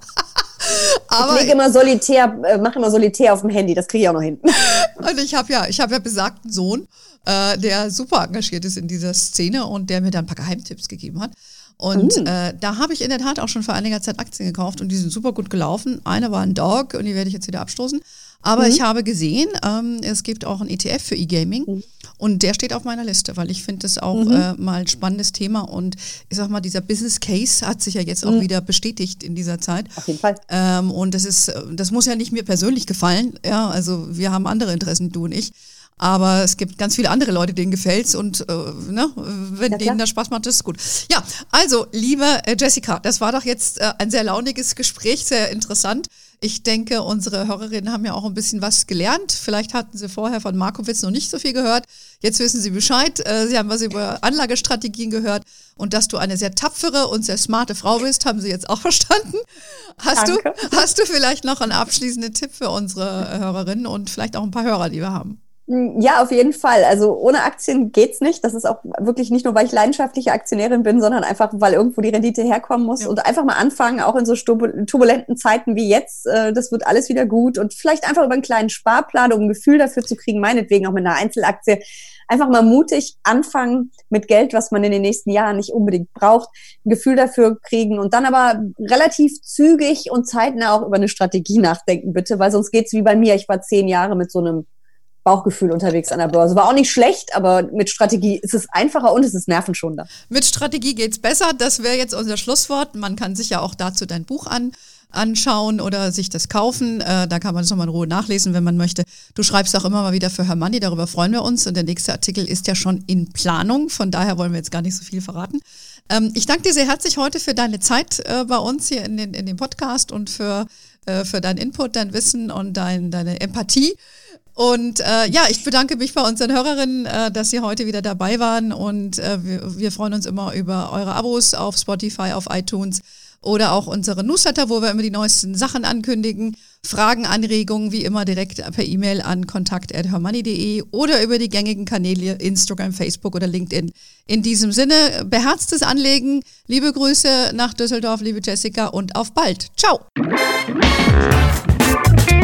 Aber ich mache immer Solitär auf dem Handy, das kriege ich auch noch hin. Und ich habe ja besagten Sohn, der super engagiert ist in dieser Szene und der mir dann ein paar Geheimtipps gegeben hat. Und da habe ich in der Tat auch schon vor einiger Zeit Aktien gekauft und die sind super gut gelaufen. Eine war ein Dog und die werde ich jetzt wieder abstoßen. Aber ich habe gesehen, es gibt auch ein ETF für E-Gaming und der steht auf meiner Liste, weil ich finde das auch mal ein spannendes Thema und ich sag mal, dieser Business Case hat sich ja jetzt auch wieder bestätigt in dieser Zeit. Auf jeden Fall. Und das muss ja nicht mir persönlich gefallen, ja, also wir haben andere Interessen, du und ich. Aber es gibt ganz viele andere Leute, denen gefällt's und wenn denen das Spaß macht, das ist gut. Ja, also, liebe Jessica, das war doch jetzt ein sehr launiges Gespräch, sehr interessant. Ich denke, unsere Hörerinnen haben ja auch ein bisschen was gelernt. Vielleicht hatten sie vorher von Markowitz noch nicht so viel gehört. Jetzt wissen sie Bescheid. Sie haben was über Anlagestrategien gehört. Und dass du eine sehr tapfere und sehr smarte Frau bist, haben sie jetzt auch verstanden. Hast du vielleicht noch einen abschließenden Tipp für unsere Hörerinnen und vielleicht auch ein paar Hörer, die wir haben? Ja, auf jeden Fall. Also ohne Aktien geht's nicht. Das ist auch wirklich nicht nur, weil ich leidenschaftliche Aktionärin bin, sondern einfach, weil irgendwo die Rendite herkommen muss. Ja. Und einfach mal anfangen, auch in so turbulenten Zeiten wie jetzt. Das wird alles wieder gut. Und vielleicht einfach über einen kleinen Sparplan, um ein Gefühl dafür zu kriegen, meinetwegen auch mit einer Einzelaktie, einfach mal mutig anfangen mit Geld, was man in den nächsten Jahren nicht unbedingt braucht, ein Gefühl dafür kriegen und dann aber relativ zügig und zeitnah auch über eine Strategie nachdenken, bitte, weil sonst geht's wie bei mir. Ich war 10 Jahre mit so einem Bauchgefühl unterwegs an der Börse. War auch nicht schlecht, aber mit Strategie ist es einfacher und es ist nervenschonender. Mit Strategie geht's besser. Das wäre jetzt unser Schlusswort. Man kann sich ja auch dazu dein Buch anschauen oder sich das kaufen. Da kann man es nochmal in Ruhe nachlesen, wenn man möchte. Du schreibst auch immer mal wieder für Her Money, darüber freuen wir uns. Und der nächste Artikel ist ja schon in Planung. Von daher wollen wir jetzt gar nicht so viel verraten. Ich danke dir sehr herzlich heute für deine Zeit bei uns hier in dem Podcast und für deinen Input, dein Wissen und deine Empathie. Und ich bedanke mich bei unseren Hörerinnen, dass Sie heute wieder dabei waren und wir freuen uns immer über eure Abos auf Spotify, auf iTunes oder auch unsere Newsletter, wo wir immer die neuesten Sachen ankündigen. Fragen, Anregungen wie immer direkt per E-Mail an kontakt@hermoney.de oder über die gängigen Kanäle Instagram, Facebook oder LinkedIn. In diesem Sinne, beherztes Anlegen, liebe Grüße nach Düsseldorf, liebe Jessica und auf bald. Ciao!